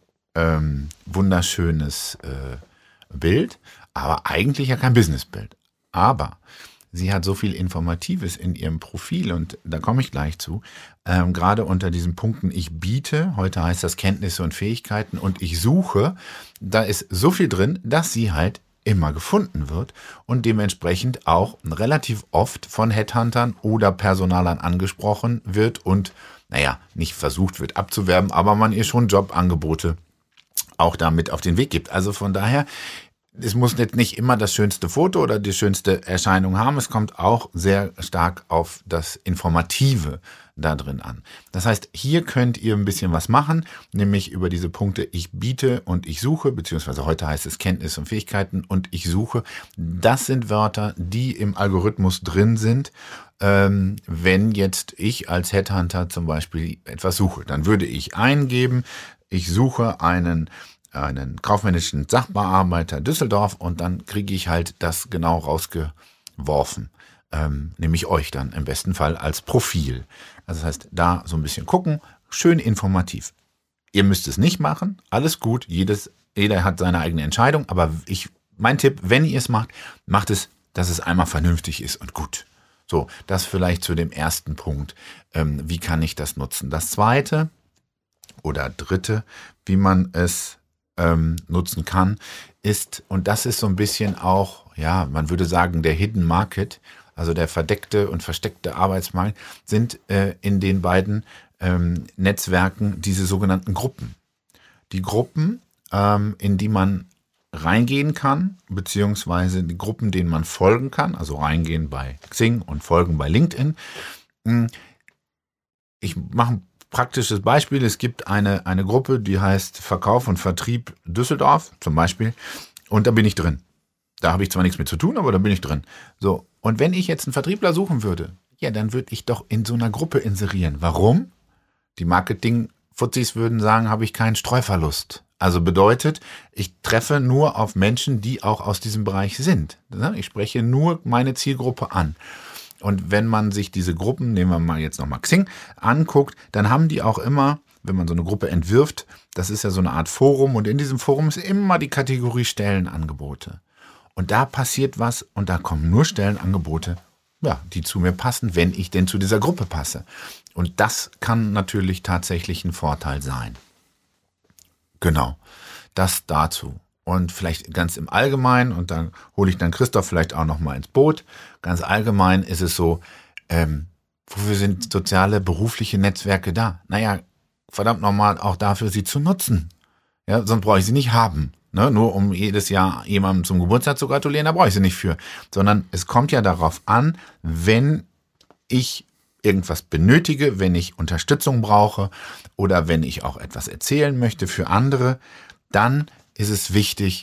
Speaker 3: Bild, aber eigentlich ja kein Businessbild. Aber sie hat so viel Informatives in ihrem Profil und da komme ich gleich zu. Gerade unter diesen Punkten, ich biete, heute heißt das Kenntnisse und Fähigkeiten und ich suche, da ist so viel drin, dass sie halt immer gefunden wird und dementsprechend auch relativ oft von Headhuntern oder Personalern angesprochen wird und, nicht versucht wird abzuwerben, aber man ihr schon Jobangebote auch damit auf den Weg gibt. Also von daher, es muss jetzt nicht immer das schönste Foto oder die schönste Erscheinung haben. Es kommt auch sehr stark auf das Informative da drin an. Das heißt, hier könnt ihr ein bisschen was machen, nämlich über diese Punkte ich biete und ich suche, beziehungsweise heute heißt es Kenntnisse und Fähigkeiten und ich suche. Das sind Wörter, die im Algorithmus drin sind. Wenn jetzt ich als Headhunter zum Beispiel etwas suche, dann würde ich eingeben, ich suche einen kaufmännischen Sachbearbeiter Düsseldorf und dann kriege ich halt das genau rausgeworfen. Nämlich euch dann im besten Fall als Profil. Also das heißt, da so ein bisschen gucken, schön informativ. Ihr müsst es nicht machen, alles gut, jeder hat seine eigene Entscheidung, aber mein Tipp, wenn ihr es macht, macht es, dass es einmal vernünftig ist und gut. So, das vielleicht zu dem ersten Punkt. Wie kann ich das nutzen? Das zweite oder dritte, wie man es nutzen kann, ist, und das ist so ein bisschen auch, man würde sagen, der Hidden Market, also der verdeckte und versteckte Arbeitsmarkt, sind in den beiden Netzwerken diese sogenannten Gruppen. Die Gruppen, in die man reingehen kann, beziehungsweise die Gruppen, denen man folgen kann, also reingehen bei Xing und folgen bei LinkedIn. Ich mache ein praktisches Beispiel. Es gibt eine Gruppe, die heißt Verkauf und Vertrieb Düsseldorf zum Beispiel und da bin ich drin. Da habe ich zwar nichts mit zu tun, aber da bin ich drin. So, und wenn ich jetzt einen Vertriebler suchen würde, dann würde ich doch in so einer Gruppe inserieren. Warum? Die Marketing-Fuzzis würden sagen, habe ich keinen Streuverlust. Also bedeutet, ich treffe nur auf Menschen, die auch aus diesem Bereich sind. Ich spreche nur meine Zielgruppe an. Und wenn man sich diese Gruppen, nehmen wir mal jetzt nochmal Xing, anguckt, dann haben die auch immer, wenn man so eine Gruppe entwirft, das ist ja so eine Art Forum und in diesem Forum ist immer die Kategorie Stellenangebote. Und da passiert was und da kommen nur Stellenangebote, die zu mir passen, wenn ich denn zu dieser Gruppe passe. Und das kann natürlich tatsächlich ein Vorteil sein. Genau, das dazu. Und vielleicht ganz im Allgemeinen, und dann hole ich dann Christoph vielleicht auch noch mal ins Boot. Ganz allgemein ist es so, wofür sind soziale, berufliche Netzwerke da? Verdammt nochmal auch dafür, sie zu nutzen. Ja, sonst brauche ich sie nicht haben. Ne? Nur um jedes Jahr jemandem zum Geburtstag zu gratulieren, da brauche ich sie nicht für. Sondern es kommt ja darauf an, wenn ich irgendwas benötige, wenn ich Unterstützung brauche oder wenn ich auch etwas erzählen möchte für andere, dann ist es wichtig,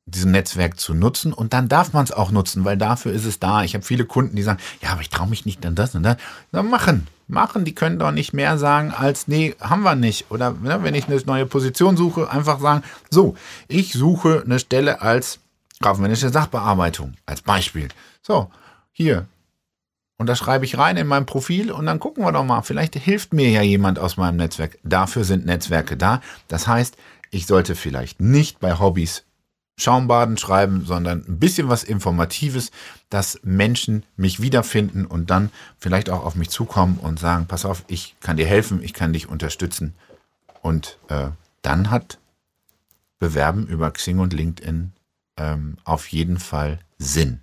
Speaker 3: diesem Netzwerk zu nutzen und dann darf man es auch nutzen, weil dafür ist es da. Ich habe viele Kunden, die sagen, ja, aber ich traue mich nicht an das und das. Na, machen, die können doch nicht mehr sagen als, nee, haben wir nicht. Oder ne, wenn ich eine neue Position suche, einfach sagen, so, ich suche eine Stelle als kaufmännische Sachbearbeitung, als Beispiel. So, hier. Und da schreibe ich rein in mein Profil und dann gucken wir doch mal, vielleicht hilft mir ja jemand aus meinem Netzwerk. Dafür sind Netzwerke da. Das heißt, ich sollte vielleicht nicht bei Hobbys Schaumbaden schreiben, sondern ein bisschen was Informatives, dass Menschen mich wiederfinden und dann vielleicht auch auf mich zukommen und sagen, pass auf, ich kann dir helfen, ich kann dich unterstützen. Und dann hat Bewerben über Xing und LinkedIn auf jeden Fall Sinn.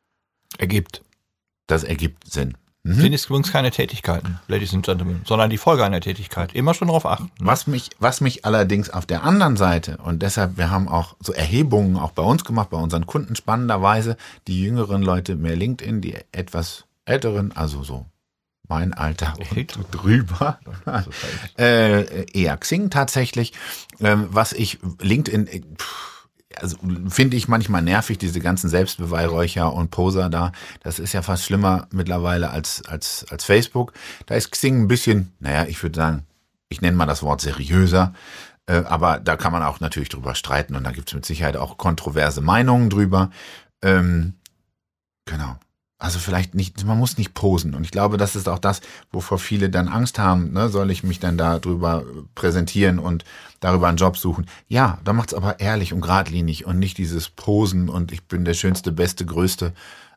Speaker 3: Das ergibt Sinn.
Speaker 2: Sind es übrigens keine Tätigkeiten, Ladies and Gentlemen, sondern die Folge einer Tätigkeit. Immer schon darauf achten.
Speaker 3: Was mich allerdings auf der anderen Seite, und deshalb, wir haben auch so Erhebungen auch bei uns gemacht, bei unseren Kunden spannenderweise, die jüngeren Leute mehr LinkedIn, die etwas älteren, also so mein Alter und drüber, eher Xing tatsächlich. Was ich LinkedIn... Also finde ich manchmal nervig, diese ganzen Selbstbeweihräucher und Poser da. Das ist ja fast schlimmer mittlerweile als Facebook. Da ist Xing ein bisschen, naja, ich würde sagen, ich nenne mal das Wort seriöser. Aber da kann man auch natürlich drüber streiten und da gibt es mit Sicherheit auch kontroverse Meinungen drüber. Genau. Also vielleicht nicht, man muss nicht posen. Und ich glaube, das ist auch das, wovor viele dann Angst haben. Ne? Soll ich mich dann darüber präsentieren und darüber einen Job suchen? Ja, da macht's aber ehrlich und geradlinig und nicht dieses Posen und ich bin der Schönste, Beste, Größte.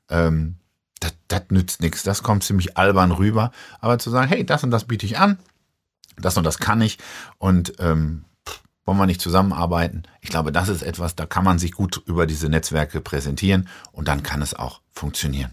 Speaker 3: Das nützt nichts. Das kommt ziemlich albern rüber. Aber zu sagen, hey, das und das biete ich an, das und das kann ich und wollen wir nicht zusammenarbeiten? Ich glaube, das ist etwas, da kann man sich gut über diese Netzwerke präsentieren und dann kann es auch funktionieren.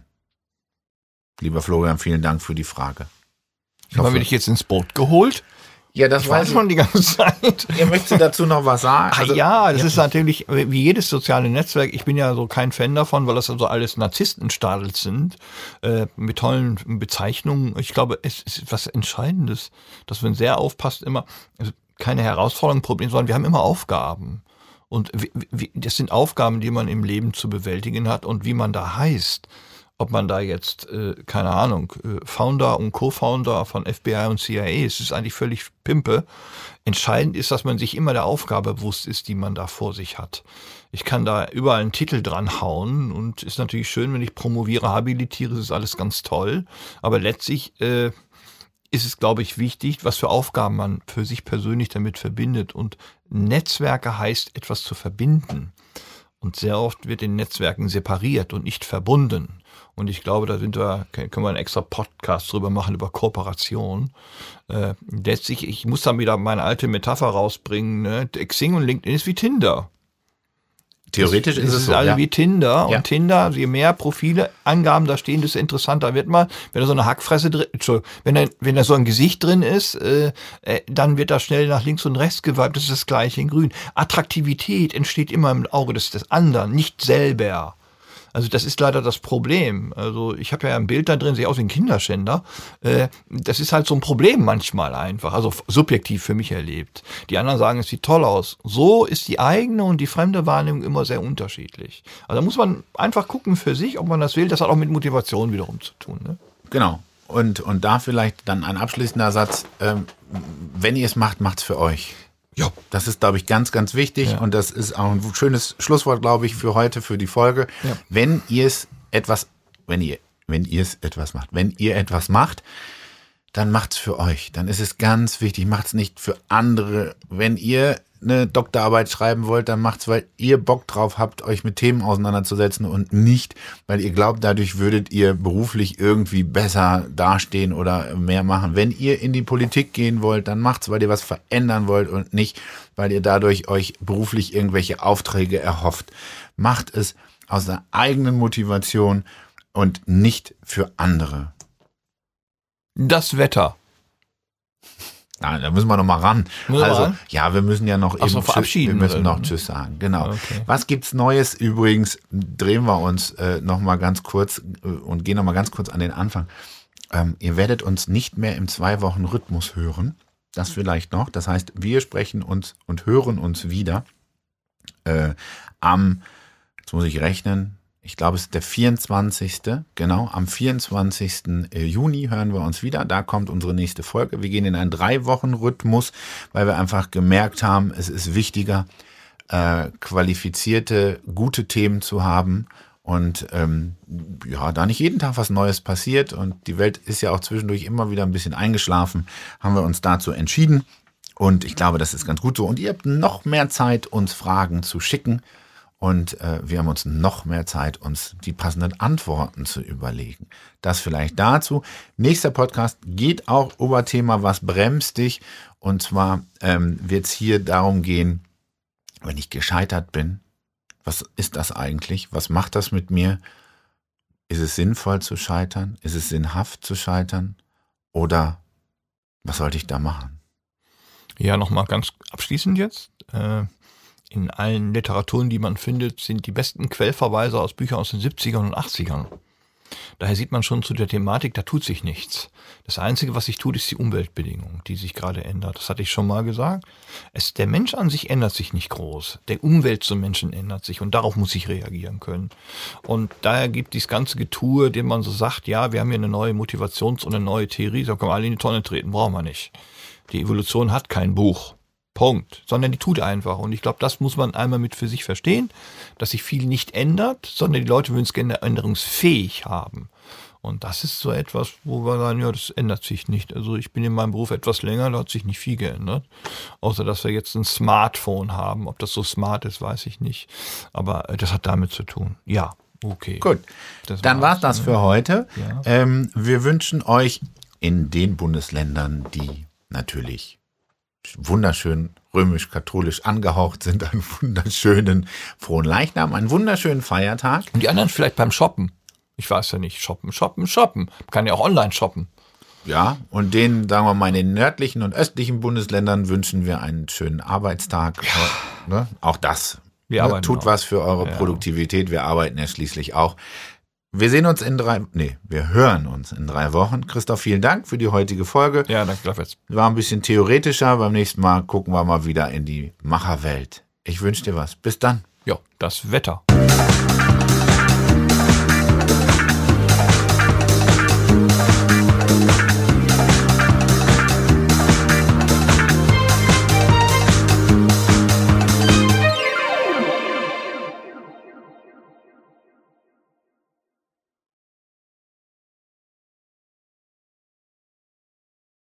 Speaker 3: Lieber Florian, vielen Dank für die Frage.
Speaker 2: Haben wir dich jetzt ins Boot geholt?
Speaker 3: Ja, das
Speaker 2: weiß schon die ganze Zeit.
Speaker 3: Ihr möchtet dazu noch was sagen?
Speaker 2: Also, ja, das ist natürlich, wie jedes soziale Netzwerk, ich bin ja so kein Fan davon, weil das also alles Narzisstenstadels sind, mit tollen Bezeichnungen. Ich glaube, es ist was Entscheidendes, dass man sehr aufpasst, immer, also keine Herausforderungen, Probleme, sondern wir haben immer Aufgaben. Und das sind Aufgaben, die man im Leben zu bewältigen hat und wie man da heißt. Ob man da jetzt, keine Ahnung, Founder und Co-Founder von FBI und CIA ist, ist eigentlich völlig Pimpe. Entscheidend ist, dass man sich immer der Aufgabe bewusst ist, die man da vor sich hat. Ich kann da überall einen Titel dran hauen und ist natürlich schön, wenn ich promoviere, habilitiere, das ist alles ganz toll. Aber letztlich ist es, glaube ich, wichtig, was für Aufgaben man für sich persönlich damit verbindet. Und Netzwerke heißt, etwas zu verbinden. Und sehr oft wird in Netzwerken separiert und nicht verbunden. Und ich glaube, da können wir einen extra Podcast drüber machen, über Kooperation. Letztlich, ich muss dann wieder meine alte Metapher rausbringen, ne? Xing und LinkedIn ist wie Tinder.
Speaker 3: Theoretisch ist es so,
Speaker 2: also
Speaker 3: ja.
Speaker 2: wie Tinder.
Speaker 3: Ja.
Speaker 2: Und Tinder, je mehr Profile, Angaben da stehen, desto interessanter wird man. Wenn da so eine Hackfresse drin, wenn da so ein Gesicht drin ist, dann wird da schnell nach links und rechts geweibt. Das ist das Gleiche in Grün. Attraktivität entsteht immer im Auge des anderen, nicht selber. Also das ist leider das Problem. Also ich habe ja ein Bild da drin, sehe aus wie ein Kinderschänder. Das ist halt so ein Problem manchmal einfach, also subjektiv für mich erlebt. Die anderen sagen, es sieht toll aus. So ist die eigene und die fremde Wahrnehmung immer sehr unterschiedlich. Also da muss man einfach gucken für sich, ob man das will. Das hat auch mit Motivation wiederum zu tun. Ne?
Speaker 3: Genau. Und da vielleicht dann ein abschließender Satz. Wenn ihr es macht, macht's für euch. Ja, das ist, glaube ich, ganz, ganz wichtig. Ja. Und das ist auch ein schönes Schlusswort, glaube ich, für heute, für die Folge. Ja. Wenn ihr etwas macht, dann macht's für euch. Dann ist es ganz wichtig, macht's nicht für andere. Wenn ihr eine Doktorarbeit schreiben wollt, dann macht's, weil ihr Bock drauf habt, euch mit Themen auseinanderzusetzen und nicht, weil ihr glaubt, dadurch würdet ihr beruflich irgendwie besser dastehen oder mehr machen. Wenn ihr in die Politik gehen wollt, dann macht's, weil ihr was verändern wollt und nicht, weil ihr dadurch euch beruflich irgendwelche Aufträge erhofft. Macht es aus der eigenen Motivation und nicht für andere.
Speaker 2: Das Wetter.
Speaker 3: Ja, da müssen wir noch mal ran. Ja, wir müssen ja noch eben
Speaker 2: verabschieden.
Speaker 3: Wir müssen noch Tschüss sagen. Genau. Okay. Was gibt's Neues? Übrigens drehen wir uns noch mal ganz kurz und gehen noch mal ganz kurz an den Anfang. Ihr werdet uns nicht mehr im 2-Wochen-Rhythmus hören. Das vielleicht noch. Das heißt, wir sprechen uns und hören uns wieder am muss ich rechnen, ich glaube, es ist der 24. Genau, am 24. Juni hören wir uns wieder. Da kommt unsere nächste Folge. Wir gehen in einen 3-Wochen-Rhythmus, weil wir einfach gemerkt haben, es ist wichtiger, qualifizierte, gute Themen zu haben. Und da nicht jeden Tag was Neues passiert und die Welt ist ja auch zwischendurch immer wieder ein bisschen eingeschlafen, haben wir uns dazu entschieden. Und ich glaube, das ist ganz gut so. Und ihr habt noch mehr Zeit, uns Fragen zu schicken. Und wir haben uns noch mehr Zeit, uns die passenden Antworten zu überlegen. Das vielleicht dazu. Nächster Podcast geht auch über Thema, was bremst dich? Und zwar wird es hier darum gehen, wenn ich gescheitert bin, was ist das eigentlich? Was macht das mit mir? Ist es sinnvoll zu scheitern? Ist es sinnhaft zu scheitern? Oder was sollte ich da machen?
Speaker 2: Ja, nochmal ganz abschließend jetzt. In allen Literaturen, die man findet, sind die besten Quellverweise aus Büchern aus den 70ern und 80ern. Daher sieht man schon zu der Thematik, da tut sich nichts. Das Einzige, was sich tut, ist die Umweltbedingung, die sich gerade ändert. Das hatte ich schon mal gesagt. Der Mensch an sich ändert sich nicht groß. Der Umwelt zum Menschen ändert sich und darauf muss ich reagieren können. Und daher gibt dieses ganze Getue, dem man so sagt, ja, wir haben hier eine neue Motivations- und eine neue Theorie, da können wir alle in die Tonne treten, brauchen wir nicht. Die Evolution hat kein Buch. Punkt. Sondern die tut einfach. Und ich glaube, das muss man einmal mit für sich verstehen, dass sich viel nicht ändert, sondern die Leute würden es gerne änderungsfähig haben. Und das ist so etwas, wo wir sagen, ja, das ändert sich nicht. Also ich bin in meinem Beruf etwas länger, da hat sich nicht viel geändert. Außer, dass wir jetzt ein Smartphone haben. Ob das so smart ist, weiß ich nicht. Aber das hat damit zu tun. Ja, okay.
Speaker 3: Gut, dann war's das für heute. Ja. Wir wünschen euch in den Bundesländern, die natürlich wunderschön römisch-katholisch angehaucht sind, einen wunderschönen frohen Leichnam, einen wunderschönen Feiertag.
Speaker 2: Und die anderen vielleicht beim Shoppen. Ich weiß ja nicht, shoppen. Man kann ja auch online shoppen.
Speaker 3: Ja, und denen, sagen wir mal, in den nördlichen und östlichen Bundesländern wünschen wir einen schönen Arbeitstag. Ja. Ne? Auch das tut was für eure Produktivität. Wir arbeiten ja schließlich auch. Wir hören uns in 3 Wochen. Christoph, vielen Dank für die heutige Folge.
Speaker 2: Ja, danke gleichfalls.
Speaker 3: War ein bisschen theoretischer. Beim nächsten Mal gucken wir mal wieder in die Macherwelt. Ich wünsche dir was. Bis dann.
Speaker 2: Ja, das Wetter.